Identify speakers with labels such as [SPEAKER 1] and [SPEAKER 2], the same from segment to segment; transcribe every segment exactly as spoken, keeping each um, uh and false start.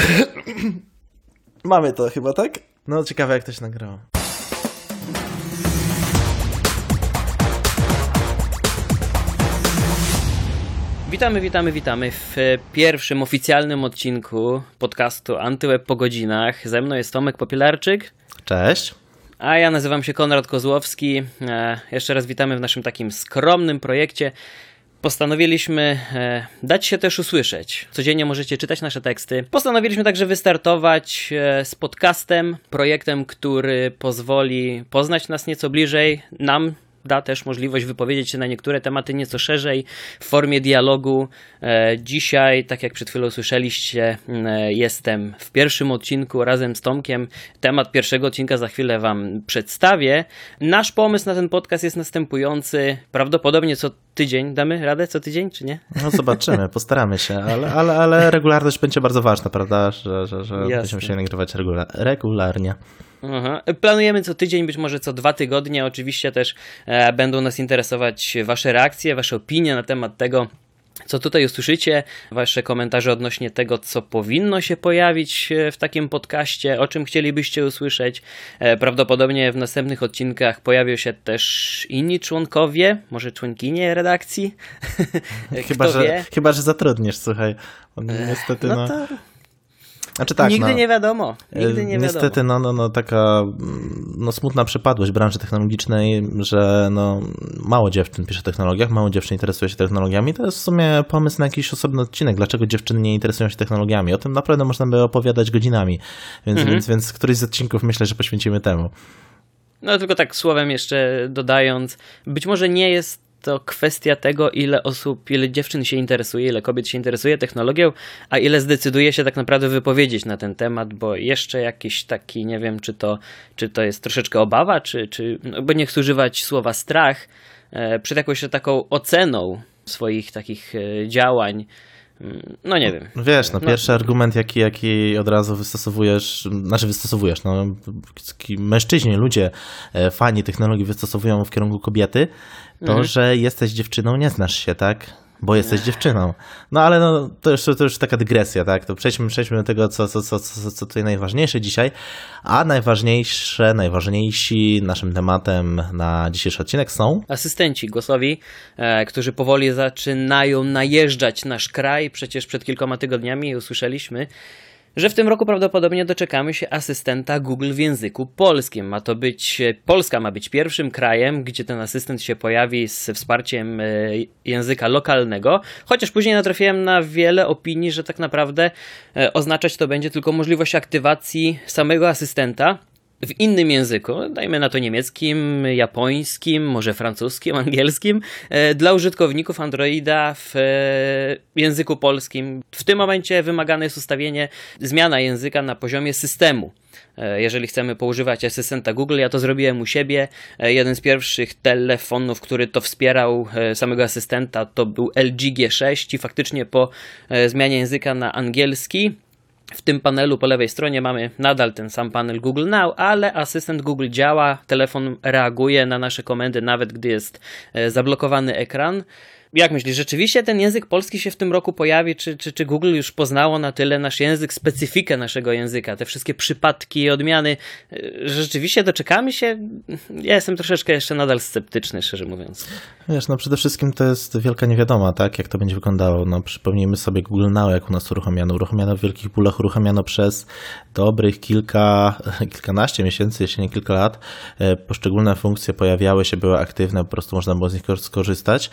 [SPEAKER 1] Mamy to chyba, tak? No ciekawe jak to się nagrało.
[SPEAKER 2] Witamy, witamy, witamy w pierwszym oficjalnym odcinku podcastu Antyweb po godzinach. Ze mną jest Tomek Popielarczyk.
[SPEAKER 1] Cześć.
[SPEAKER 2] A ja nazywam się Konrad Kozłowski. E, jeszcze raz witamy w naszym takim skromnym projekcie. Postanowiliśmy e, dać się też usłyszeć. Codziennie możecie czytać nasze teksty. Postanowiliśmy także wystartować e, z podcastem, projektem, który pozwoli poznać nas nieco bliżej, nam da też możliwość wypowiedzieć się na niektóre tematy nieco szerzej, w formie dialogu. E, dzisiaj, tak jak przed chwilą słyszeliście, e, jestem w pierwszym odcinku razem z Tomkiem. Temat pierwszego odcinka za chwilę wam przedstawię. Nasz pomysł na ten podcast jest następujący. Prawdopodobnie co tydzień. Damy radę co tydzień, czy nie?
[SPEAKER 1] No zobaczymy, postaramy się, ale, ale, ale regularność będzie bardzo ważna, prawda? Że, że, że będziemy się nagrywać regula- regularnie.
[SPEAKER 2] Aha. Planujemy co tydzień, być może co dwa tygodnie. Oczywiście też e, będą nas interesować wasze reakcje, wasze opinie na temat tego, co tutaj usłyszycie, wasze komentarze odnośnie tego, co powinno się pojawić w takim podcaście, o czym chcielibyście usłyszeć. E, prawdopodobnie w następnych odcinkach pojawią się też inni członkowie, może członkinie redakcji.
[SPEAKER 1] Chyba, że, chyba, że zatrudnisz, słuchaj. Niestety, no...
[SPEAKER 2] no to...
[SPEAKER 1] Znaczy tak,
[SPEAKER 2] Nigdy
[SPEAKER 1] no,
[SPEAKER 2] nie wiadomo. Nigdy nie
[SPEAKER 1] niestety,
[SPEAKER 2] wiadomo.
[SPEAKER 1] no, no, no taka no, smutna przypadłość branży technologicznej, że no, mało dziewczyn pisze o technologiach, mało dziewczyn interesuje się technologiami. To jest w sumie pomysł na jakiś osobny odcinek, dlaczego dziewczyny nie interesują się technologiami. O tym naprawdę można by opowiadać godzinami, więc, mhm. więc, więc któryś z odcinków myślę, że poświęcimy temu.
[SPEAKER 2] No tylko tak słowem jeszcze dodając, być może nie jest to kwestia tego, ile osób, ile dziewczyn się interesuje, ile kobiet się interesuje technologią, a ile zdecyduje się tak naprawdę wypowiedzieć na ten temat, bo jeszcze jakiś taki, nie wiem, czy to, czy to jest troszeczkę obawa, czy, czy no, bo nie chcę używać słowa strach, e, przed jakąś taką oceną swoich takich e, działań. No nie wiem.
[SPEAKER 1] Wiesz, no, no pierwszy no. argument, jaki, jaki od razu wystosowujesz, znaczy wystosowujesz, no mężczyźni, ludzie, fani technologii wystosowują w kierunku kobiety, to, mhm. że jesteś dziewczyną, nie znasz się, tak? Bo jesteś dziewczyną. No ale no, to, już, to już taka dygresja, tak? To przejdźmy, przejdźmy do tego, co, co, co, co, co tutaj najważniejsze dzisiaj. A najważniejsze, najważniejsi naszym tematem na dzisiejszy odcinek są...
[SPEAKER 2] asystenci głosowi, e, którzy powoli zaczynają najeżdżać nasz kraj. Przecież przed kilkoma tygodniami usłyszeliśmy, że w tym roku prawdopodobnie doczekamy się asystenta Google w języku polskim. Ma to być, Polska ma być pierwszym krajem, gdzie ten asystent się pojawi z wsparciem języka lokalnego, chociaż później natrafiłem na wiele opinii, że tak naprawdę oznaczać to będzie tylko możliwość aktywacji samego asystenta w innym języku, dajmy na to niemieckim, japońskim, może francuskim, angielskim, dla użytkowników Androida w języku polskim. W tym momencie wymagane jest ustawienie, zmiana języka na poziomie systemu. Jeżeli chcemy poużywać asystenta Google, ja to zrobiłem u siebie. Jeden z pierwszych telefonów, który to wspierał samego asystenta, to był L G G sześć i faktycznie po zmianie języka na angielski w tym panelu po lewej stronie mamy nadal ten sam panel Google Now, ale asystent Google działa, telefon reaguje na nasze komendy, nawet gdy jest zablokowany ekran. Jak myślisz, rzeczywiście ten język polski się w tym roku pojawi? Czy, czy, czy Google już poznało na tyle nasz język, specyfikę naszego języka, te wszystkie przypadki, odmiany, że rzeczywiście doczekamy się? Ja jestem troszeczkę jeszcze nadal sceptyczny, szczerze mówiąc.
[SPEAKER 1] Wiesz, no przede wszystkim to jest wielka niewiadoma, tak, jak to będzie wyglądało. No przypomnijmy sobie Google Now, jak u nas uruchomiano. Uruchomiano w wielkich bólach, uruchomiano przez dobrych kilka, kilkanaście miesięcy, jeśli nie kilka lat. Poszczególne funkcje pojawiały się, były aktywne, po prostu można było z nich skorzystać.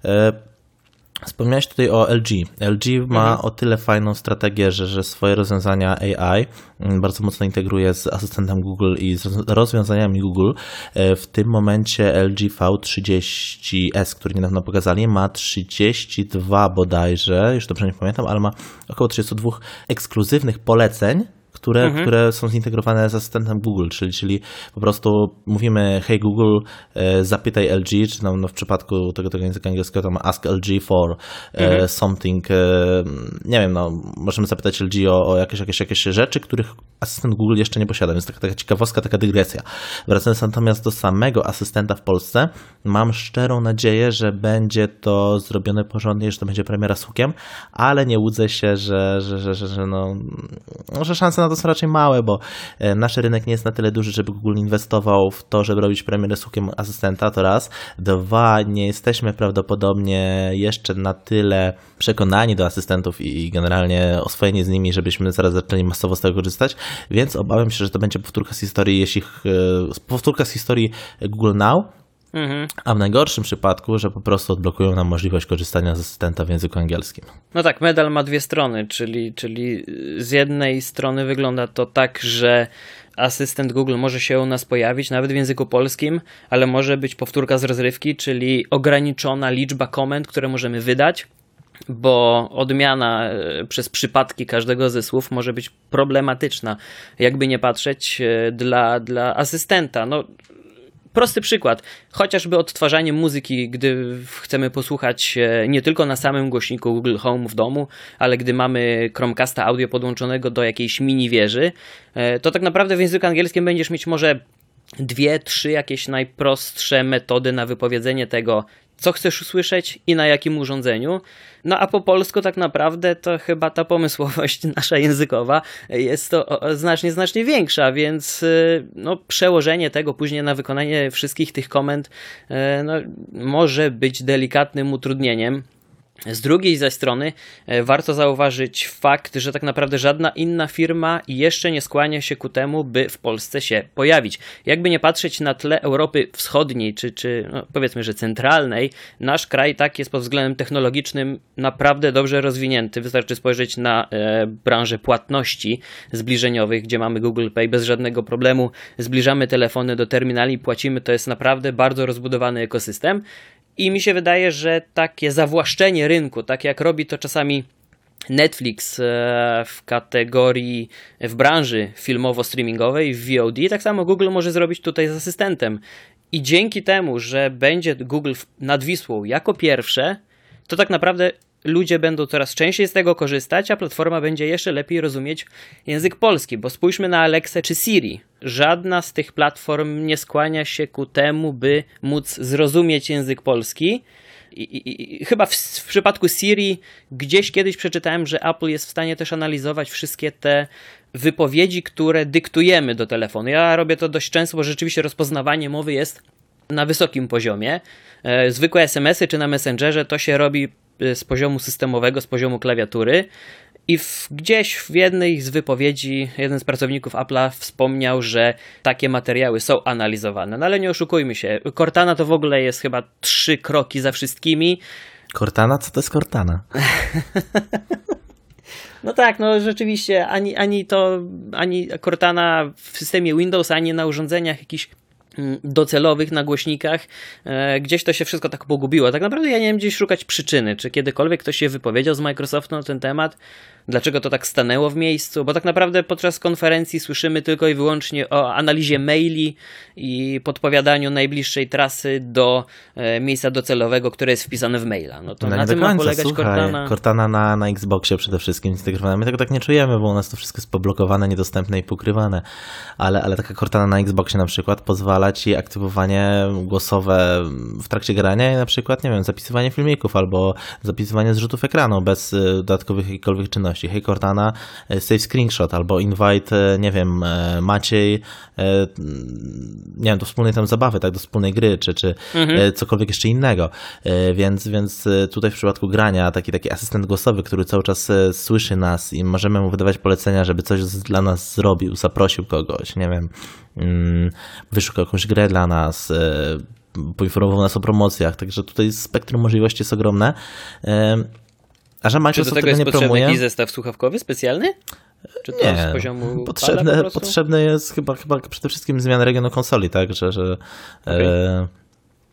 [SPEAKER 1] Wspomniałeś tutaj o L G. L G ma mhm. o tyle fajną strategię, że, że swoje rozwiązania A I bardzo mocno integruje z asystentem Google i z rozwiązaniami Google. W tym momencie L G V trzydzieści S, który niedawno pokazali, ma trzydzieści dwa bodajże, już dobrze nie pamiętam, ale ma około trzydzieści dwa ekskluzywnych poleceń, które,
[SPEAKER 2] mhm.
[SPEAKER 1] które są zintegrowane z asystentem Google, czyli, czyli po prostu mówimy hey Google, e, zapytaj L G, czy tam no, w przypadku tego, tego języka angielskiego tam ask L G for mhm. e, something, e, nie wiem, no możemy zapytać L G o, o jakieś, jakieś, jakieś rzeczy, których asystent Google jeszcze nie posiada, więc taka, taka ciekawostka, taka dygresja. Wracając natomiast do samego asystenta w Polsce, mam szczerą nadzieję, że będzie to zrobione porządnie, że to będzie premiera z hukiem, ale nie łudzę się, że, że, że, że, że, no, że szanse na to są raczej małe, bo nasz rynek nie jest na tyle duży, żeby Google inwestował w to, żeby robić premierę z hukiem asystenta, to raz. Dwa, nie jesteśmy prawdopodobnie jeszcze na tyle przekonani do asystentów i generalnie oswojeni z nimi, żebyśmy zaraz zaczęli masowo z tego korzystać, więc obawiam się, że to będzie powtórka z historii, jeśli powtórka z historii Google Now, mhm. a w najgorszym przypadku, że po prostu odblokują nam możliwość korzystania z asystenta w języku angielskim.
[SPEAKER 2] No tak, medal ma dwie strony, czyli, czyli z jednej strony wygląda to tak, że asystent Google może się u nas pojawić nawet w języku polskim, ale może być powtórka z rozrywki, czyli ograniczona liczba komend, które możemy wydać, bo odmiana przez przypadki każdego ze słów może być problematyczna, jakby nie patrzeć, dla, dla asystenta. No, prosty przykład, chociażby odtwarzanie muzyki, gdy chcemy posłuchać nie tylko na samym głośniku Google Home w domu, ale gdy mamy Chromecasta audio podłączonego do jakiejś mini wieży, to tak naprawdę w języku angielskim będziesz mieć może dwie, trzy jakieś najprostsze metody na wypowiedzenie tego, co chcesz usłyszeć i na jakim urządzeniu. No a po polsku tak naprawdę to chyba ta pomysłowość nasza językowa jest to znacznie, znacznie większa, więc no, przełożenie tego później na wykonanie wszystkich tych komend no, może być delikatnym utrudnieniem. Z drugiej zaś strony warto zauważyć fakt, że tak naprawdę żadna inna firma jeszcze nie skłania się ku temu, by w Polsce się pojawić. Jakby nie patrzeć na tle Europy Wschodniej, czy, czy no powiedzmy, że centralnej, nasz kraj tak jest pod względem technologicznym naprawdę dobrze rozwinięty. Wystarczy spojrzeć na e, branżę płatności zbliżeniowych, gdzie mamy Google Pay bez żadnego problemu, zbliżamy telefony do terminali, płacimy, to jest naprawdę bardzo rozbudowany ekosystem. I mi się wydaje, że takie zawłaszczenie rynku, tak jak robi to czasami Netflix w kategorii, w branży filmowo-streamingowej, w V O D, tak samo Google może zrobić tutaj z asystentem. I dzięki temu, że będzie Google nad Wisłą jako pierwsze, to tak naprawdę ludzie będą coraz częściej z tego korzystać, a platforma będzie jeszcze lepiej rozumieć język polski, bo spójrzmy na Alexę czy Siri. Żadna z tych platform nie skłania się ku temu, by móc zrozumieć język polski. I, i, i chyba w, w przypadku Siri gdzieś kiedyś przeczytałem, że Apple jest w stanie też analizować wszystkie te wypowiedzi, które dyktujemy do telefonu. Ja robię to dość często, bo rzeczywiście rozpoznawanie mowy jest na wysokim poziomie. Zwykłe es em esy czy na Messengerze to się robi z poziomu systemowego, z poziomu klawiatury. I w, gdzieś w jednej z wypowiedzi jeden z pracowników Apple'a wspomniał, że takie materiały są analizowane. No ale nie oszukujmy się, Cortana to w ogóle jest chyba trzy kroki za wszystkimi.
[SPEAKER 1] Cortana? Co to jest Cortana?
[SPEAKER 2] No tak, no rzeczywiście ani, ani to, ani Cortana w systemie Windows, ani na urządzeniach jakichś docelowych, na głośnikach, e, gdzieś to się wszystko tak pogubiło. Tak naprawdę ja nie wiem gdzieś szukać przyczyny, czy kiedykolwiek ktoś się wypowiedział z Microsoftu na ten temat, dlaczego to tak stanęło w miejscu, bo tak naprawdę podczas konferencji słyszymy tylko i wyłącznie o analizie maili i podpowiadaniu najbliższej trasy do e, miejsca docelowego, które jest wpisane w maila. No to
[SPEAKER 1] no
[SPEAKER 2] na tym ma polegać
[SPEAKER 1] Słuchaj,
[SPEAKER 2] Cortana.
[SPEAKER 1] Cortana na, na Xboxie przede wszystkim zintegrowane. My tego tak nie czujemy, bo u nas to wszystko jest poblokowane, niedostępne i pokrywane, ale, ale taka Cortana na Xboxie na przykład pozwala ci aktywowanie głosowe w trakcie grania i na przykład, nie wiem, zapisywanie filmików albo zapisywanie zrzutów ekranu bez dodatkowych jakichkolwiek czynności. Hej Cortana, save screenshot albo invite, nie wiem, Maciej, nie wiem, do wspólnej tam zabawy, tak, do wspólnej gry, czy, czy mhm. cokolwiek jeszcze innego. Więc, więc tutaj w przypadku grania taki, taki asystent głosowy, który cały czas słyszy nas i możemy mu wydawać polecenia, żeby coś dla nas zrobił, zaprosił kogoś, nie wiem, wyszukał jakąś grę dla nas, poinformował nas o promocjach, także tutaj spektrum możliwości jest ogromne. A że Microsoft
[SPEAKER 2] Czy do tego,
[SPEAKER 1] tego
[SPEAKER 2] jest
[SPEAKER 1] nie
[SPEAKER 2] potrzebny
[SPEAKER 1] promuje?
[SPEAKER 2] jakiś zestaw słuchawkowy specjalny? Czy to
[SPEAKER 1] nie,
[SPEAKER 2] z poziomu
[SPEAKER 1] potrzebne, po potrzebne jest chyba, chyba przede wszystkim zmiana regionu konsoli, tak, że, że
[SPEAKER 2] okay. e,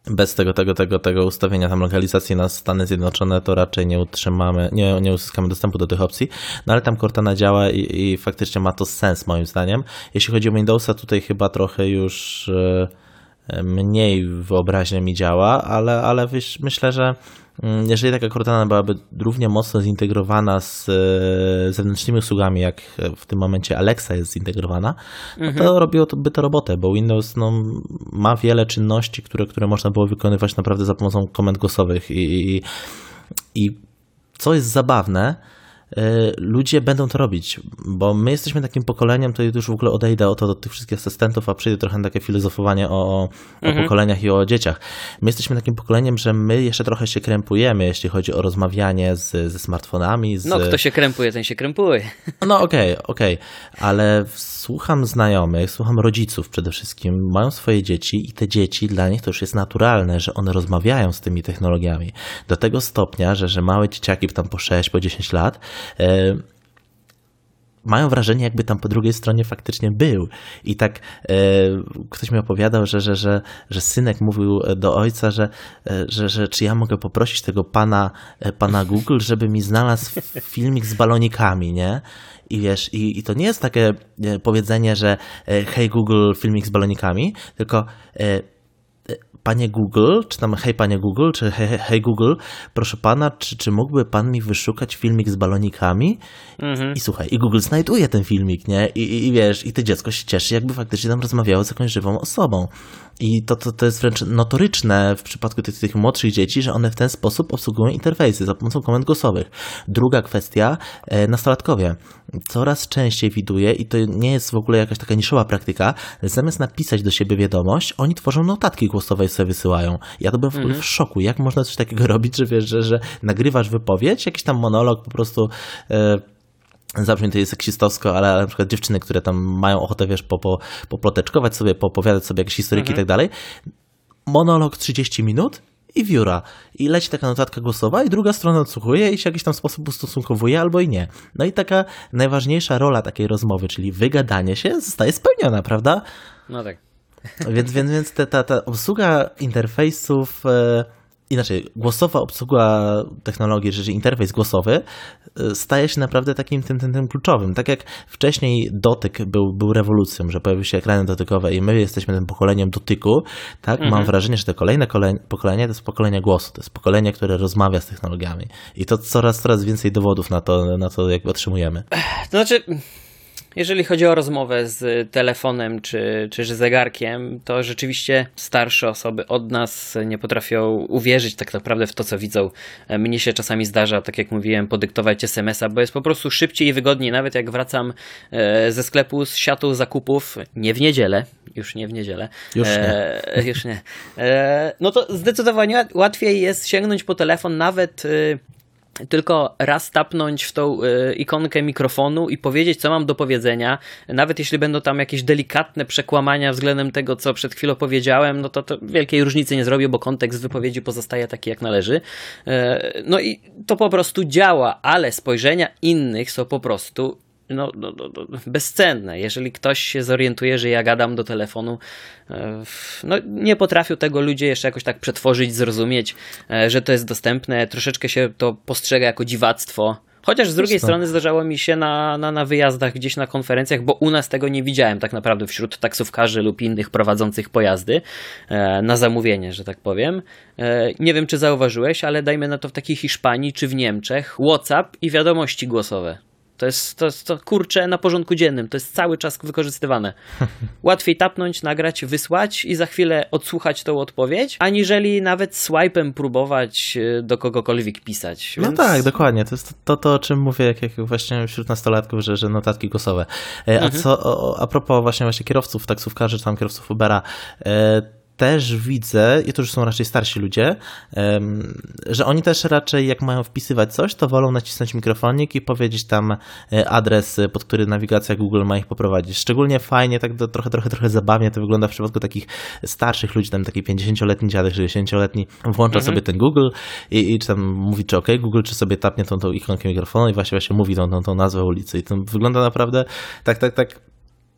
[SPEAKER 1] bez tego, tego, tego, tego ustawienia tam lokalizacji na Stany Zjednoczone, to raczej nie utrzymamy, nie, nie uzyskamy dostępu do tych opcji, no ale tam Cortana działa i, i faktycznie ma to sens moim zdaniem. Jeśli chodzi o Windowsa, tutaj chyba trochę już e, mniej wyobraźnia mi działa, ale, ale wiesz, myślę, że jeżeli taka Cortana byłaby równie mocno zintegrowana z zewnętrznymi usługami, jak w tym momencie Alexa jest zintegrowana, no to mhm. robiłoby to robotę, bo Windows no, ma wiele czynności, które, które można było wykonywać naprawdę za pomocą komend głosowych i, i, i co jest zabawne, ludzie będą to robić, bo my jesteśmy takim pokoleniem, to już w ogóle odejdę o to do tych wszystkich asystentów, a przyjdę trochę na takie filozofowanie o, o, mhm. o pokoleniach i o dzieciach. My jesteśmy takim pokoleniem, że my jeszcze trochę się krępujemy, jeśli chodzi o rozmawianie z, ze smartfonami. Z...
[SPEAKER 2] No kto się krępuje, ten się krępuje.
[SPEAKER 1] No okej, okay, okej, okay. Ale słucham znajomych, słucham rodziców przede wszystkim, mają swoje dzieci i te dzieci, dla nich to już jest naturalne, że one rozmawiają z tymi technologiami. Do tego stopnia, że, że małe dzieciaki tam po sześć, po dziesięć lat E, mają wrażenie, jakby tam po drugiej stronie faktycznie był. I tak e, ktoś mi opowiadał, że, że, że, że synek mówił do ojca, że, że, że czy ja mogę poprosić tego pana, pana Google, żeby mi znalazł filmik z balonikami, nie? I wiesz, i, i to nie jest takie powiedzenie, że hej Google, filmik z balonikami, tylko e, Panie Google, czy tam hej panie Google, czy hej, hej Google, proszę pana, czy, czy mógłby pan mi wyszukać filmik z balonikami? Mhm. I słuchaj, i Google znajduje ten filmik, nie? I, i, i wiesz, i to dziecko się cieszy, jakby faktycznie tam rozmawiało z jakąś żywą osobą. I to, to, to jest wręcz notoryczne w przypadku tych, tych młodszych dzieci, że one w ten sposób obsługują interfejsy za pomocą komend głosowych. Druga kwestia, e, nastolatkowie. Coraz częściej widuję, i to nie jest w ogóle jakaś taka niszowa praktyka, zamiast napisać do siebie wiadomość, oni tworzą notatki głosowe i sobie wysyłają. Ja to byłem w ogóle w szoku. Jak można coś takiego robić, że wiesz, że, że nagrywasz wypowiedź, jakiś tam monolog po prostu... E, Zabrzmi to jest seksistowsko, ale na przykład dziewczyny, które tam mają ochotę, wiesz, po, po, poploteczkować sobie, poopowiadać sobie jakieś historyki mhm. i tak dalej. Monolog trzydzieści minut i wióra. I leci taka notatka głosowa i druga strona odsłuchuje i się w jakiś tam sposób ustosunkowuje albo i nie. No i taka najważniejsza rola takiej rozmowy, czyli wygadanie się, zostaje spełniona, prawda?
[SPEAKER 2] No tak.
[SPEAKER 1] Więc, więc, więc te, ta, ta obsługa interfejsów... E, Inaczej, głosowa obsługa technologii, czyli interfejs głosowy staje się naprawdę takim tym, tym, tym kluczowym. Tak jak wcześniej dotyk był, był rewolucją, że pojawiły się ekrany dotykowe i my jesteśmy tym pokoleniem dotyku, tak mhm. mam wrażenie, że to kolejne pokolenie to jest pokolenie głosu, to jest pokolenie, które rozmawia z technologiami i to coraz, coraz więcej dowodów na to, na to jak otrzymujemy.
[SPEAKER 2] To znaczy... Jeżeli chodzi o rozmowę z telefonem czy, czy z zegarkiem, to rzeczywiście starsze osoby od nas nie potrafią uwierzyć tak naprawdę w to, co widzą. Mnie się czasami zdarza, tak jak mówiłem, podyktować es em es a, bo jest po prostu szybciej i wygodniej. Nawet jak wracam ze sklepu z siatą zakupów, nie w niedzielę, już nie w niedzielę.
[SPEAKER 1] Już nie.
[SPEAKER 2] E, już nie. E, no to zdecydowanie łatwiej jest sięgnąć po telefon, nawet... tylko raz tapnąć w tą y, ikonkę mikrofonu i powiedzieć, co mam do powiedzenia. Nawet jeśli będą tam jakieś delikatne przekłamania względem tego, co przed chwilą powiedziałem, no to, to wielkiej różnicy nie zrobię, bo kontekst wypowiedzi pozostaje taki, jak należy. Y, no i to po prostu działa, ale spojrzenia innych są po prostu No, no, no, bezcenne. Jeżeli ktoś się zorientuje, że ja gadam do telefonu, no nie potrafią tego ludzie jeszcze jakoś tak przetworzyć, zrozumieć, że to jest dostępne. Troszeczkę się to postrzega jako dziwactwo. Chociaż z drugiej strony zdarzało mi się na, na, na wyjazdach gdzieś na konferencjach, bo u nas tego nie widziałem tak naprawdę wśród taksówkarzy lub innych prowadzących pojazdy na zamówienie, że tak powiem. Nie wiem, czy zauważyłeś, ale dajmy na to w takiej Hiszpanii czy w Niemczech WhatsApp i wiadomości głosowe. To jest, to jest to kurczę na porządku dziennym, to jest cały czas wykorzystywane. Łatwiej tapnąć, nagrać, wysłać i za chwilę odsłuchać tą odpowiedź, aniżeli nawet swipe'em próbować do kogokolwiek pisać. Więc... No
[SPEAKER 1] tak, dokładnie. To jest to, to o czym mówię, jak, jak właśnie wśród nastolatków, że, że notatki głosowe. A mhm. co o, a propos właśnie, właśnie kierowców, taksówkarzy, czy tam kierowców Ubera, e, też widzę, i to już są raczej starsi ludzie, że oni też raczej jak mają wpisywać coś, to wolą nacisnąć mikrofonik i powiedzieć tam adres, pod który nawigacja Google ma ich poprowadzić. Szczególnie fajnie, tak do, trochę, trochę, trochę zabawnie to wygląda w przypadku takich starszych ludzi, tam taki pięćdziesięcioletni dziadek, sześćdziesięcioletni, włącza mhm. sobie ten Google i, i czy tam mówi, czy ok, Google, czy sobie tapnie tą, tą ikonkę mikrofonu i właśnie, właśnie mówi tą, tą, tą nazwę ulicy. I to wygląda naprawdę tak, tak, tak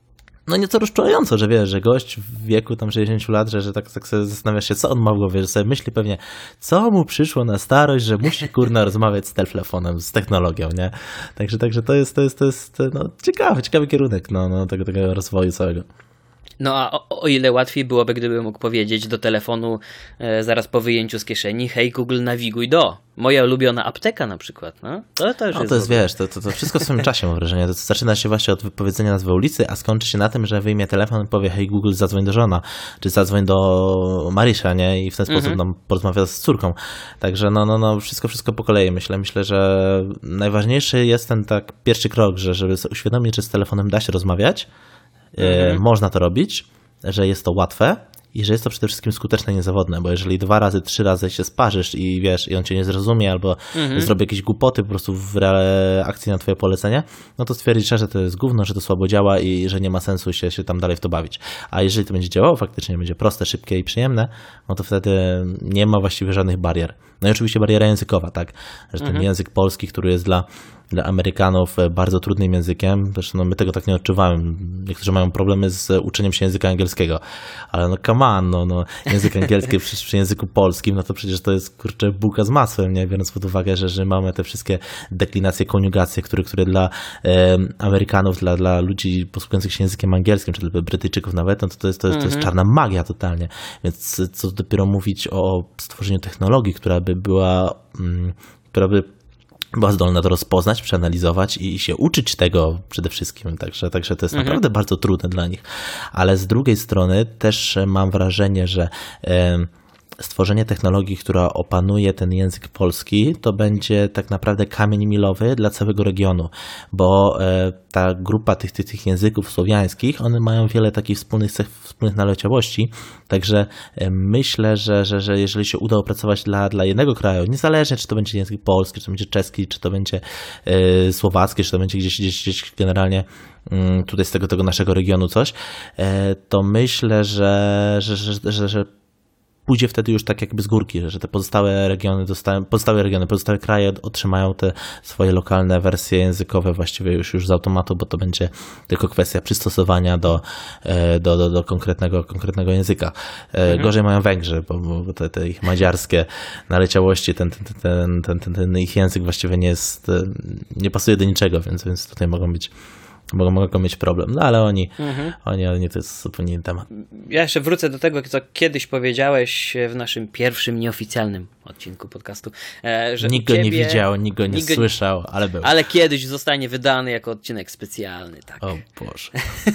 [SPEAKER 1] no nieco rozczulająco, że wiesz, że gość w wieku tam sześćdziesięciu lat, że, że tak, tak sobie zastanawiasz się, co on ma w głowie, że sobie myśli pewnie, co mu przyszło na starość, że musi kurna rozmawiać z telefonem, z technologią, nie? Także, także to jest, to jest, to jest no, ciekawy, ciekawy kierunek no, no, tego, tego rozwoju całego.
[SPEAKER 2] No a o, o ile łatwiej byłoby, gdyby mógł powiedzieć do telefonu e, zaraz po wyjęciu z kieszeni, hej Google, nawiguj do. Moja ulubiona apteka na przykład, no? To też
[SPEAKER 1] no
[SPEAKER 2] jest...
[SPEAKER 1] to jest, wiesz, to, to, to wszystko w swoim czasie mam wrażenie. To zaczyna się właśnie od wypowiedzenia nazwy ulicy, a skończy się na tym, że wyjmie telefon i powie, hej Google, zadzwoń do żona, czy zadzwoń do Marysza, nie? I w ten sposób
[SPEAKER 2] Mhm.
[SPEAKER 1] nam porozmawia z córką. Także no, no, no, wszystko, wszystko po kolei myślę. Myślę, że najważniejszy jest ten tak pierwszy krok, że żeby sobie uświadomić, że z telefonem da się rozmawiać,
[SPEAKER 2] Mhm.
[SPEAKER 1] e, można to robić, że jest to łatwe i że jest to przede wszystkim skuteczne i niezawodne, bo jeżeli dwa razy, trzy razy się sparzysz i wiesz, i on cię nie zrozumie albo
[SPEAKER 2] Mhm.
[SPEAKER 1] zrobi jakieś głupoty po prostu w reakcji na twoje polecenie, no to stwierdzisz, że to jest gówno, że to słabo działa i że nie ma sensu się, się tam dalej w to bawić. A jeżeli to będzie działało faktycznie, będzie proste, szybkie i przyjemne, no to wtedy nie ma właściwie żadnych barier. No i oczywiście bariera językowa, tak, że ten
[SPEAKER 2] Mhm.
[SPEAKER 1] język polski, który jest dla dla Amerykanów bardzo trudnym językiem. Zresztą no, my tego tak nie odczuwamy. Niektórzy mają problemy z uczeniem się języka angielskiego. Ale no come on, no, no język angielski przy, przy języku polskim, no to przecież to jest, kurczę, bułka z masłem, nie? Biorąc pod uwagę, że, że mamy te wszystkie deklinacje, koniugacje, które, które dla e, Amerykanów, dla, dla ludzi posługujących się językiem angielskim, czy dla Brytyjczyków nawet, no to, to, jest, to, jest, to jest czarna magia totalnie. Więc co dopiero mówić o stworzeniu technologii, która by była, mm, która by była zdolna to rozpoznać, przeanalizować i się uczyć tego przede wszystkim. Także, także to jest
[SPEAKER 2] Mhm.
[SPEAKER 1] naprawdę bardzo trudne dla nich. Ale z drugiej strony też mam wrażenie, że e, stworzenie technologii, która opanuje ten język polski, to będzie tak naprawdę kamień milowy dla całego regionu, bo e, ta grupa tych, tych, tych języków słowiańskich, one mają wiele takich wspólnych cech, wspólnych naleciałości, także e, myślę, że, że, że jeżeli się uda opracować dla, dla jednego kraju, niezależnie czy to będzie język polski, czy to będzie czeski, czy to będzie e, słowacki, czy to będzie gdzieś, gdzieś, gdzieś generalnie mm, tutaj z tego, tego naszego regionu coś, e, to myślę, że, że, że, że, że pójdzie wtedy już tak jakby z górki, że te pozostałe regiony dostają, pozostałe regiony, pozostałe kraje otrzymają te swoje lokalne wersje językowe właściwie już, już z automatu, bo to będzie tylko kwestia przystosowania do, do, do, do konkretnego, konkretnego języka. Mhm. Gorzej mają Węgrzy, bo, bo te, te ich madziarskie naleciałości, ten, ten, ten, ten, ten, ten ich język właściwie nie jest, nie pasuje do niczego, więc, więc tutaj mogą być Mogą, mogą mieć problem, no ale oni, mhm. oni, oni to jest zupełnie inny temat.
[SPEAKER 2] Ja jeszcze wrócę do tego, co kiedyś powiedziałeś w naszym pierwszym nieoficjalnym odcinku podcastu. Że
[SPEAKER 1] nikt go
[SPEAKER 2] ciebie,
[SPEAKER 1] nie widział, nikt go nie
[SPEAKER 2] nikt
[SPEAKER 1] słyszał, ale był.
[SPEAKER 2] Ale kiedyś zostanie wydany jako odcinek specjalny, tak.
[SPEAKER 1] O Boże.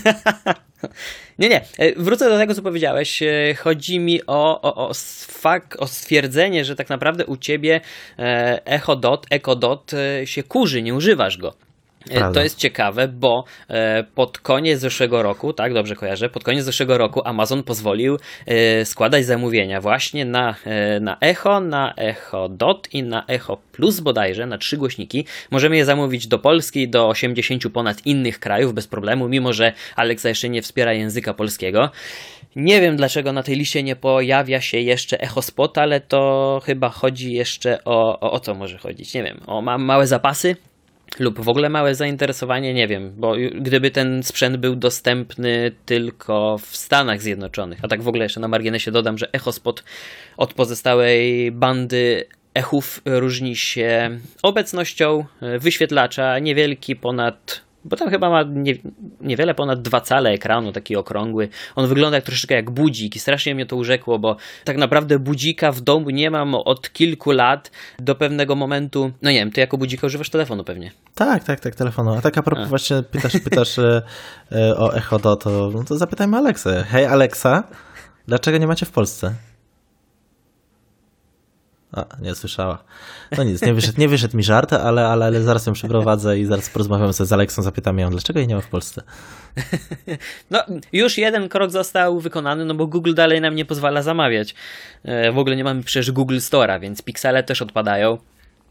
[SPEAKER 2] nie, nie. Wrócę do tego, co powiedziałeś. Chodzi mi o, o, o fakt, o stwierdzenie, że tak naprawdę u ciebie EchoDot, EchoDot się kurzy, nie używasz go. Prawda. To jest ciekawe, bo pod koniec zeszłego roku, tak, dobrze kojarzę, pod koniec zeszłego roku Amazon pozwolił składać zamówienia właśnie na, na Echo, na EchoDot i na Echo Plus bodajże, na trzy głośniki. Możemy je zamówić do Polski, do osiemdziesięciu ponad innych krajów bez problemu, mimo że Alexa jeszcze nie wspiera języka polskiego. Nie wiem, dlaczego na tej liście nie pojawia się jeszcze Echo Spot, ale to chyba chodzi jeszcze o, o, o co może chodzić, nie wiem, o ma, małe zapasy? Lub w ogóle małe zainteresowanie, nie wiem, bo gdyby ten sprzęt był dostępny tylko w Stanach Zjednoczonych, a tak w ogóle jeszcze na marginesie dodam, że EchoSpot od pozostałej bandy echów różni się obecnością wyświetlacza, niewielki ponad, bo tam chyba ma nie, niewiele ponad dwa cale ekranu, taki okrągły. On wygląda jak troszeczkę jak budzik i strasznie mnie to urzekło, bo tak naprawdę budzika w domu nie mam od kilku lat do pewnego momentu. No nie wiem, ty jako budzika używasz telefonu pewnie.
[SPEAKER 1] Tak, tak, tak, telefonu. A tak a propos a. właśnie pytasz, pytasz e, e, o EchoDot, to, no to zapytajmy Aleksę. Hej Alexa, dlaczego nie macie w Polsce? A, nie słyszała. No nic, nie wyszedł, nie wyszedł mi żart, ale, ale, ale zaraz ją przyprowadzę i zaraz porozmawiamy sobie z Aleksą, zapytam ją, dlaczego jej nie ma w Polsce.
[SPEAKER 2] No, już jeden krok został wykonany, no bo Google dalej nam nie pozwala zamawiać. W ogóle nie mamy przecież Google Store'a, więc piksele też odpadają.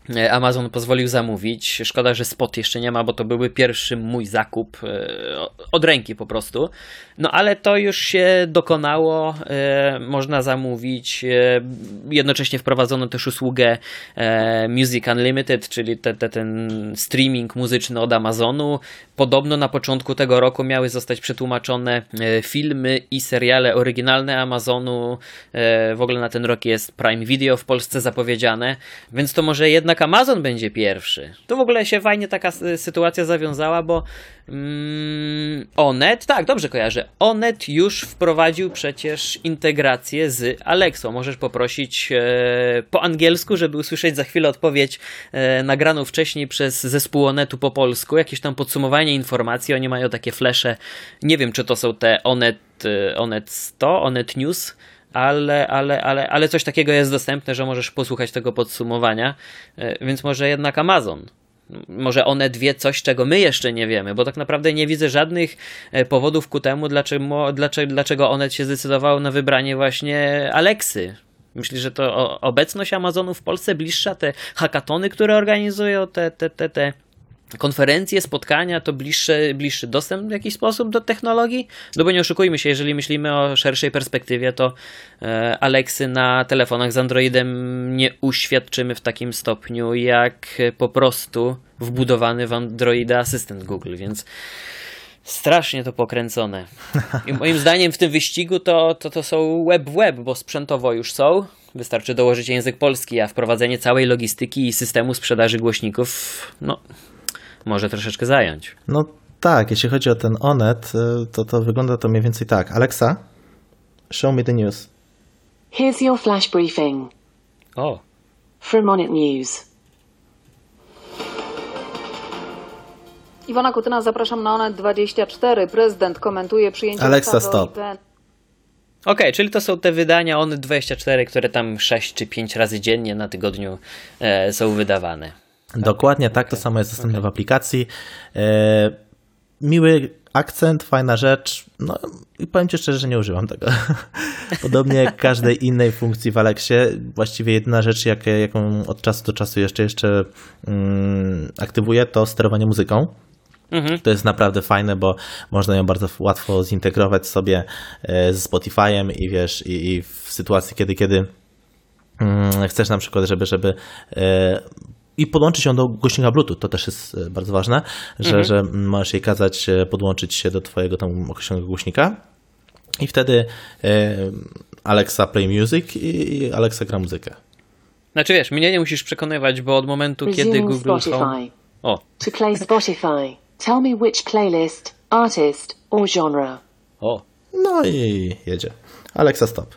[SPEAKER 2] Amazon pozwolił zamówić. Szkoda, że Spot jeszcze nie ma, bo to byłby pierwszy mój zakup od ręki po prostu. No ale to już się dokonało. Można zamówić. Jednocześnie wprowadzono też usługę Music Unlimited, czyli te, te, ten streaming muzyczny od Amazonu. Podobno na początku tego roku miały zostać przetłumaczone filmy i seriale oryginalne Amazonu. W ogóle na ten rok jest Prime Video w Polsce zapowiedziane, więc to może jednak Amazon będzie pierwszy. Tu w ogóle się fajnie taka sytuacja zawiązała, bo mm, Onet, tak, dobrze kojarzę, Onet już wprowadził przecież integrację z Alexą. Możesz poprosić e, po angielsku, żeby usłyszeć za chwilę odpowiedź e, nagraną wcześniej przez zespół Onetu po polsku, jakieś tam podsumowanie informacji, oni mają takie flesze, nie wiem czy to są te Onet, Onet sto, Onet News, Ale, ale, ale, ale coś takiego jest dostępne, że możesz posłuchać tego podsumowania, więc może jednak Amazon. Może Onet wie coś, czego my jeszcze nie wiemy, bo tak naprawdę nie widzę żadnych powodów ku temu, dlaczego, dlaczego, dlaczego Onet się zdecydował na wybranie właśnie Alexy. Myślisz, że to obecność Amazonu w Polsce bliższa, te hackatony, które organizują, te, te, te, te konferencje, spotkania, to bliższy, bliższy dostęp w jakiś sposób do technologii? No bo nie oszukujmy się, jeżeli myślimy o szerszej perspektywie, to e, Alexy na telefonach z Androidem nie uświadczymy w takim stopniu, jak po prostu wbudowany w Androida asystent Google, więc strasznie to pokręcone. I moim zdaniem w tym wyścigu to, to, to są web w web, bo sprzętowo już są. Wystarczy dołożyć język polski, a wprowadzenie całej logistyki i systemu sprzedaży głośników, no może troszeczkę zająć.
[SPEAKER 1] No tak, jeśli chodzi o ten Onet, to, to wygląda to mniej więcej tak. Alexa, show me the news.
[SPEAKER 3] Here's your flash briefing.
[SPEAKER 2] O.
[SPEAKER 3] From Onet News.
[SPEAKER 4] Iwona Kutyna, zapraszam na Onet dwadzieścia cztery. Prezydent komentuje przyjęcie
[SPEAKER 1] Alexa,
[SPEAKER 4] ustawy o
[SPEAKER 1] stop.
[SPEAKER 4] I P N.
[SPEAKER 2] Okej, okay, czyli to są te wydania Onet dwadzieścia cztery, które tam sześć czy pięć razy dziennie na tygodniu e, są wydawane.
[SPEAKER 1] Dokładnie tak, to samo jest dostępne w aplikacji. E, miły akcent, fajna rzecz. No i powiem Ci szczerze, że nie używam tego. Podobnie jak każdej innej funkcji w Alexie, właściwie jedyna rzecz, jak, jaką od czasu do czasu jeszcze, jeszcze mm, aktywuję, to sterowanie muzyką. Mhm. To jest naprawdę fajne, bo można ją bardzo łatwo zintegrować sobie ze Spotify'em i wiesz, i, i w sytuacji, kiedy, kiedy mm, chcesz na przykład, żeby, żeby e, i podłączyć ją do głośnika Bluetooth, to też jest bardzo ważne, że, mhm. że możesz jej kazać podłączyć się do twojego tam określonego głośnika i wtedy e, Alexa play music i Alexa gra muzykę.
[SPEAKER 2] Znaczy wiesz, mnie nie musisz przekonywać, bo od momentu,
[SPEAKER 3] Resume
[SPEAKER 2] kiedy Google
[SPEAKER 3] Spotify.
[SPEAKER 2] Home... O.
[SPEAKER 3] To play Spotify, tell me which playlist, artist or genre.
[SPEAKER 2] O.
[SPEAKER 1] No i jedzie. Alexa stop.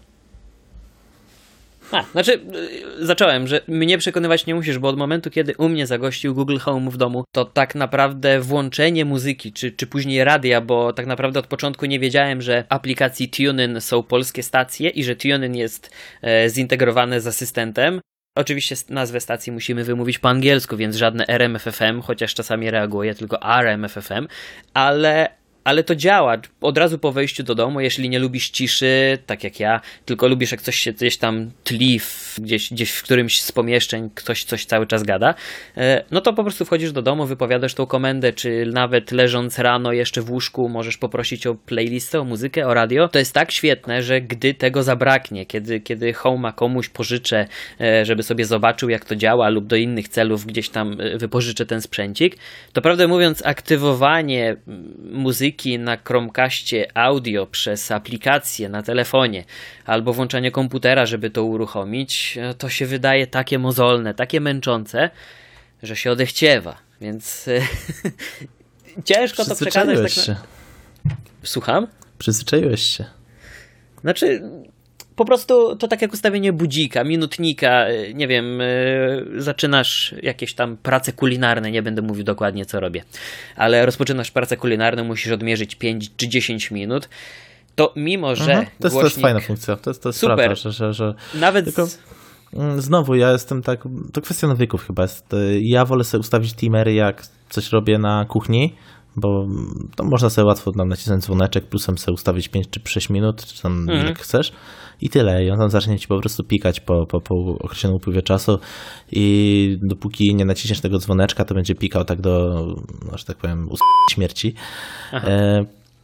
[SPEAKER 2] A, znaczy yy, zacząłem, że mnie przekonywać nie musisz, bo od momentu, kiedy u mnie zagościł Google Home w domu, to tak naprawdę włączenie muzyki, czy, czy później radia, bo tak naprawdę od początku nie wiedziałem, że w aplikacji TuneIn są polskie stacje i że TuneIn jest e, zintegrowane z asystentem. Oczywiście nazwę stacji musimy wymówić po angielsku, więc żadne R M F F M, chociaż czasami reaguje, tylko R M F F M, ale... Ale to działa od razu po wejściu do domu, jeśli nie lubisz ciszy, tak jak ja, tylko lubisz jak coś się gdzieś tam tli, w, gdzieś, gdzieś w którymś z pomieszczeń ktoś coś cały czas gada, no to po prostu wchodzisz do domu, wypowiadasz tą komendę, czy nawet leżąc rano jeszcze w łóżku możesz poprosić o playlistę, o muzykę, o radio. To jest tak świetne, że gdy tego zabraknie, kiedy, kiedy Home'a komuś pożyczę, żeby sobie zobaczył jak to działa lub do innych celów gdzieś tam wypożyczę ten sprzęcik, to prawdę mówiąc aktywowanie muzyki na Chromecastie audio przez aplikację na telefonie albo włączanie komputera, żeby to uruchomić, to się wydaje takie mozolne, takie męczące, że się odechciewa, więc ciężko to przekazać. Tak
[SPEAKER 1] się.
[SPEAKER 2] Na... Słucham?
[SPEAKER 1] Przyzwyczaiłeś się.
[SPEAKER 2] Znaczy... Po prostu to tak jak ustawienie budzika, minutnika, nie wiem, yy, zaczynasz jakieś tam prace kulinarne, nie będę mówił dokładnie co robię, ale rozpoczynasz pracę kulinarną, musisz odmierzyć pięć czy dziesięć minut, to mimo, że
[SPEAKER 1] mhm, to, jest,
[SPEAKER 2] głośnik...
[SPEAKER 1] to jest fajna funkcja, to jest, to jest
[SPEAKER 2] super,
[SPEAKER 1] prawda, że... że, że...
[SPEAKER 2] Nawet...
[SPEAKER 1] Tylko... Znowu, ja jestem tak, to kwestia nawyków chyba jest. Ja wolę sobie ustawić timery, jak coś robię na kuchni, bo to można sobie łatwo tam nacisnąć dzwoneczek, plusem sobie ustawić pięć czy sześć minut, czy tam
[SPEAKER 2] Mhm.
[SPEAKER 1] jak chcesz i tyle. I on tam zacznie ci po prostu pikać po, po, po określonym upływie czasu i dopóki nie naciśniesz tego dzwoneczka, to będzie pikał tak do, no, że tak powiem, us- śmierci. E,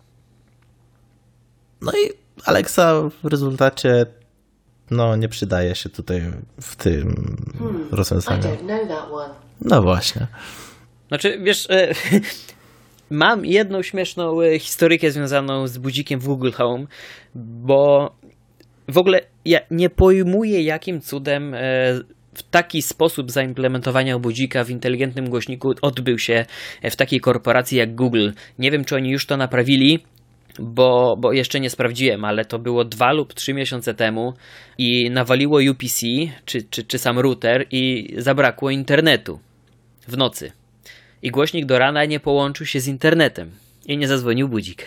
[SPEAKER 1] no i Alexa w rezultacie no nie przydaje się tutaj w tym
[SPEAKER 3] I
[SPEAKER 1] rozwiązaniu.
[SPEAKER 3] don't know that one.
[SPEAKER 1] No właśnie.
[SPEAKER 2] Znaczy, wiesz, e, mam jedną śmieszną e, historykę związaną z budzikiem w Google Home, bo w ogóle ja nie pojmuję, jakim cudem e, w taki sposób zaimplementowania budzika w inteligentnym głośniku odbył się w takiej korporacji jak Google. Nie wiem, czy oni już to naprawili, bo, bo jeszcze nie sprawdziłem, ale to było dwa lub trzy miesiące temu i nawaliło U P C, czy, czy, czy sam router i zabrakło internetu w nocy. I głośnik do rana nie połączył się z internetem i nie zadzwonił budzik.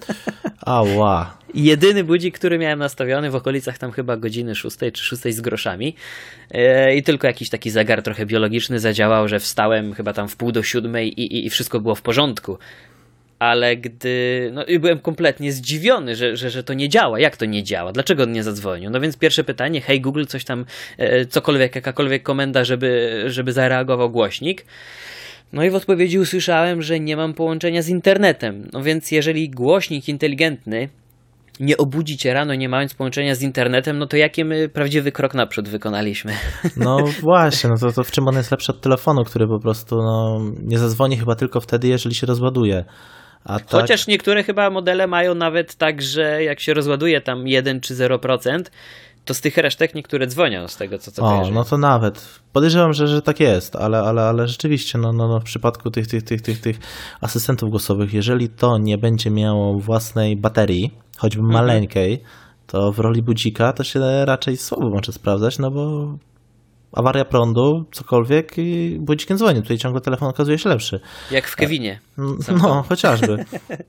[SPEAKER 1] Ała.
[SPEAKER 2] Jedyny budzik, który miałem nastawiony w okolicach tam chyba godziny szóstej czy szóstej z groszami e, i tylko jakiś taki zegar trochę biologiczny zadziałał, że wstałem chyba tam w pół do siódmej i, i, i wszystko było w porządku. Ale gdy... No i byłem kompletnie zdziwiony, że, że, że to nie działa. Jak to nie działa? Dlaczego on nie zadzwonił? No więc pierwsze pytanie, hej Google, coś tam, e, cokolwiek, jakakolwiek komenda, żeby, żeby zareagował głośnik. No i w odpowiedzi usłyszałem, że nie mam połączenia z internetem. No więc jeżeli głośnik inteligentny nie obudzi cię rano, nie mając połączenia z internetem, no to jaki my prawdziwy krok naprzód wykonaliśmy?
[SPEAKER 1] No właśnie, no to, to w czym on jest lepszy od telefonu, który po prostu no, nie zadzwoni chyba tylko wtedy, jeżeli się rozładuje. A tak...
[SPEAKER 2] Chociaż niektóre chyba modele mają nawet tak, że jak się rozładuje tam jeden czy zero procent, to z tych resztek niektóre dzwonią z tego, co co
[SPEAKER 1] O,
[SPEAKER 2] kojarzy.
[SPEAKER 1] no to nawet. Podejrzewam, że, że tak jest, ale, ale, ale rzeczywiście no, no, no, w przypadku tych, tych, tych, tych, tych asystentów głosowych, jeżeli to nie będzie miało własnej baterii, choćby
[SPEAKER 2] Mhm.
[SPEAKER 1] maleńkiej, to w roli budzika to się raczej słabo może sprawdzać, no bo awaria prądu, cokolwiek i budzikiem dzwoni. Tutaj ciągle telefon okazuje się lepszy.
[SPEAKER 2] Jak w Kevinie.
[SPEAKER 1] No, chociażby.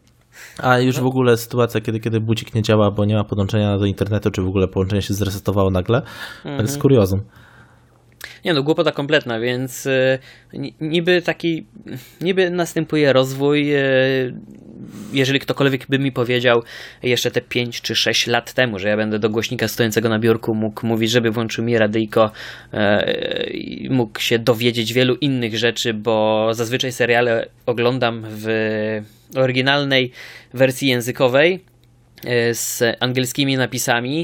[SPEAKER 1] A już w ogóle sytuacja, kiedy, kiedy budzik nie działa, bo nie ma podłączenia do internetu, czy w ogóle połączenie się zresetowało nagle, to jest kuriozum.
[SPEAKER 2] Nie no, głupota kompletna, więc y, ni- niby taki, niby następuje rozwój, y, jeżeli ktokolwiek by mi powiedział jeszcze te pięć czy sześć lat temu, że ja będę do głośnika stojącego na biurku mógł mówić, żeby włączył mi radyjko y, i mógł się dowiedzieć wielu innych rzeczy, bo zazwyczaj seriale oglądam w oryginalnej wersji językowej y, z angielskimi napisami.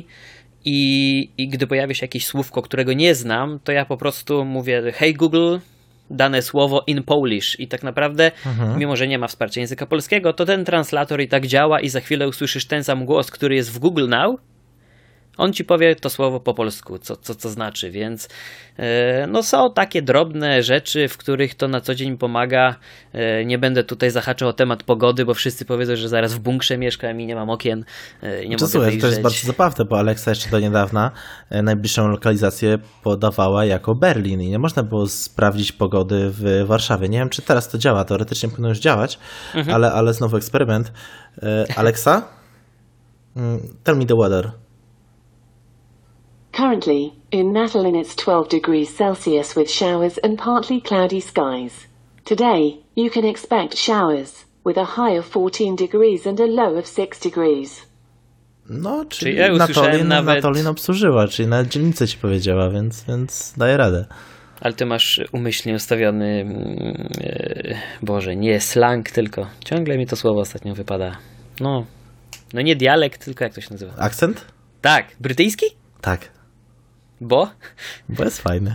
[SPEAKER 2] I, I gdy pojawia się jakieś słówko, którego nie znam, to ja po prostu mówię hey Google, dane słowo in Polish i tak naprawdę,
[SPEAKER 1] Mhm.
[SPEAKER 2] mimo że nie ma wsparcia języka polskiego, to ten translator i tak działa i za chwilę usłyszysz ten sam głos, który jest w Google Now, on ci powie to słowo po polsku, co, co, co znaczy, więc e, no są takie drobne rzeczy, w których to na co dzień pomaga. E, nie będę tutaj zahaczał o temat pogody, bo wszyscy powiedzą, że zaraz w bunkrze mieszkam i nie mam okien, e, nie
[SPEAKER 1] To,
[SPEAKER 2] mogę
[SPEAKER 1] słuchaj, to
[SPEAKER 2] wyjrzeć.
[SPEAKER 1] jest bardzo zabawne, bo Alexa jeszcze do niedawna e, najbliższą lokalizację podawała jako Berlin i nie można było sprawdzić pogody w Warszawie. Nie wiem, czy teraz to działa, teoretycznie powinno już działać,
[SPEAKER 2] Mhm.
[SPEAKER 1] ale, ale znowu eksperyment. E, Alexa, mm, tell me the weather.
[SPEAKER 3] Currently, in Natal it's twelve degrees Celsius with showers and partly cloudy skies. Today, you can expect showers, with a high of fourteen degrees and a low of six degrees.
[SPEAKER 1] No, czyli
[SPEAKER 2] ja usłyszałem
[SPEAKER 1] Natolin,
[SPEAKER 2] nawet-
[SPEAKER 1] Natolin obsłużyła, czyli na dzielnicę ci powiedziała, więc, więc daje radę.
[SPEAKER 2] Ale ty masz umyślnie ustawiony, mm, e, Boże, nie slang, tylko ciągle mi to słowo ostatnio wypada. No, no nie dialekt, tylko jak to się nazywa?
[SPEAKER 1] Akcent?
[SPEAKER 2] Tak, brytyjski?
[SPEAKER 1] Tak,
[SPEAKER 2] Bo?
[SPEAKER 1] bo jest fajny.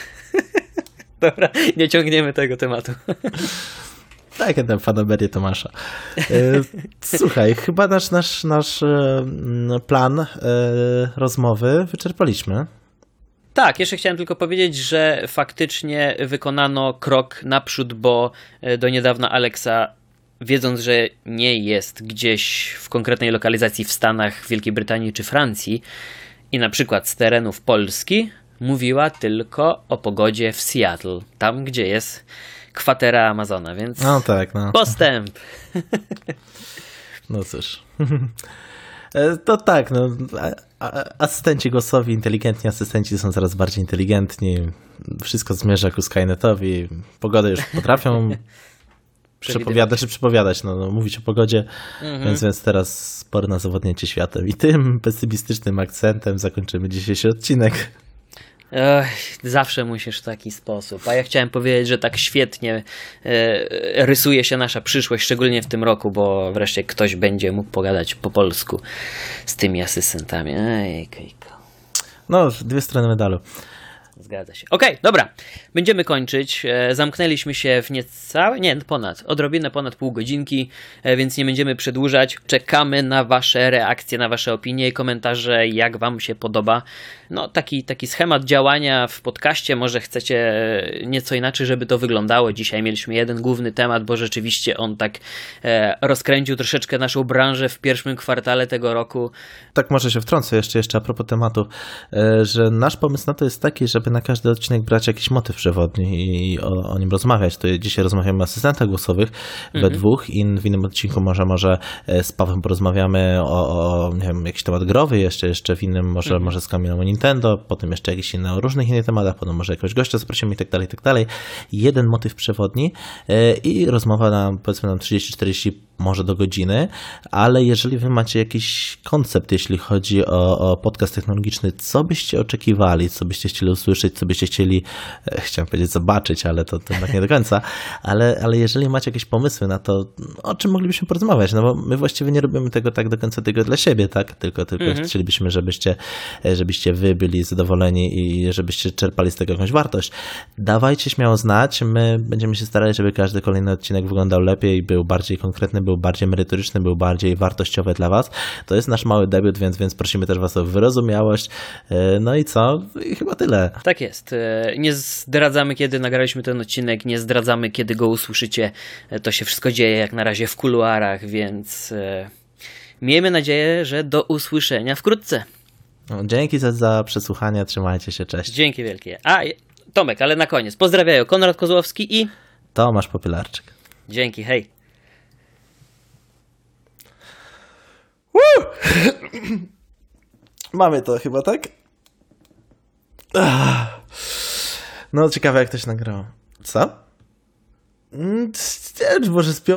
[SPEAKER 2] Dobra, nie ciągniemy tego tematu.
[SPEAKER 1] Tak, ja ten fanaberię Tomasza. E, Słuchaj, chyba nasz, nasz, nasz e, plan e, rozmowy wyczerpaliśmy.
[SPEAKER 2] Tak, jeszcze chciałem tylko powiedzieć, że faktycznie wykonano krok naprzód, bo e, do niedawna Alexa, wiedząc, że nie jest gdzieś w konkretnej lokalizacji w Stanach, Wielkiej Brytanii czy Francji i na przykład z terenów Polski, mówiła tylko o pogodzie w Seattle, tam gdzie jest kwatera Amazona, więc
[SPEAKER 1] No tak, no.
[SPEAKER 2] postęp.
[SPEAKER 1] No cóż. E, To tak, no. a- a- Asystenci głosowi, inteligentni asystenci są coraz bardziej inteligentni. Wszystko zmierza ku Skynetowi. Pogodę już potrafią Przepowiadać czy przepowiadać, no, no mówić o pogodzie,
[SPEAKER 2] Mhm.
[SPEAKER 1] więc, więc teraz spory na zawodnięcie światem. I tym pesymistycznym akcentem zakończymy dzisiejszy odcinek.
[SPEAKER 2] Ech, zawsze musisz w taki sposób. A ja chciałem powiedzieć, że tak świetnie e, rysuje się nasza przyszłość, szczególnie w tym roku, bo wreszcie ktoś będzie mógł pogadać po polsku z tymi asystentami. Ej, kejko.
[SPEAKER 1] No, dwie strony medalu.
[SPEAKER 2] Zgadza się. Okej, dobra. Będziemy kończyć. E, Zamknęliśmy się w niecałe, nie, ponad, odrobinę ponad pół godzinki, e, więc nie będziemy przedłużać. Czekamy na wasze reakcje, na wasze opinie i komentarze, jak wam się podoba. No, taki, taki schemat działania w podcaście. Może chcecie nieco inaczej, żeby to wyglądało. Dzisiaj mieliśmy jeden główny temat, bo rzeczywiście on tak e, rozkręcił troszeczkę naszą branżę w pierwszym kwartale tego roku.
[SPEAKER 1] Tak może się wtrącę jeszcze, jeszcze a propos tematu, e, że nasz pomysł na to jest taki, żeby na każdy odcinek brać jakiś motyw przewodni i o, o nim rozmawiać. To dzisiaj rozmawiamy o asystentach głosowych we
[SPEAKER 2] Mhm.
[SPEAKER 1] dwóch i w innym odcinku może może e, z Pawłem porozmawiamy o, o nie wiem, jakiś temat growy, jeszcze, jeszcze w innym może,
[SPEAKER 2] Mhm.
[SPEAKER 1] może z Kamilą o Nintendo, potem jeszcze jakiś inny o różnych innych tematach, potem może jakiegoś gościa zaprosimy i tak dalej, i tak dalej. Jeden motyw przewodni e, i rozmowa na powiedzmy na trzydzieści czterdzieści może do godziny, ale jeżeli wy macie jakiś koncept, jeśli chodzi o, o podcast technologiczny, co byście oczekiwali, co byście chcieli usłyszeć, co byście chcieli, e, chciałem powiedzieć zobaczyć, ale to, to tak nie do końca, ale, ale jeżeli macie jakieś pomysły na to, o czym moglibyśmy porozmawiać, no bo my właściwie nie robimy tego tak do końca tylko dla siebie, tak, tylko, tylko
[SPEAKER 2] Mhm.
[SPEAKER 1] chcielibyśmy, żebyście, e, żebyście wy byli zadowoleni i żebyście czerpali z tego jakąś wartość. Dawajcie śmiało znać, my będziemy się starali, żeby każdy kolejny odcinek wyglądał lepiej, był bardziej konkretny, był bardziej merytoryczny, był bardziej wartościowy dla was. To jest nasz mały debiut, więc, więc prosimy też was o wyrozumiałość. E, No i co? I chyba tyle.
[SPEAKER 2] Tak jest. E, Nie zdradzamy, kiedy nagraliśmy ten odcinek, nie zdradzamy, kiedy go usłyszycie. E, To się wszystko dzieje jak na razie w kuluarach, więc e, miejmy nadzieję, że do usłyszenia wkrótce.
[SPEAKER 1] No, dzięki za, za przesłuchanie, trzymajcie się, cześć.
[SPEAKER 2] Dzięki wielkie. A, je- Tomek, ale na koniec. Pozdrawiają Konrad Kozłowski i
[SPEAKER 1] Tomasz Popylarczyk.
[SPEAKER 2] dzięki, hej.
[SPEAKER 1] Mamy to chyba, tak? Ach. No ciekawe jak to się nagrało. Co? Mm, Może z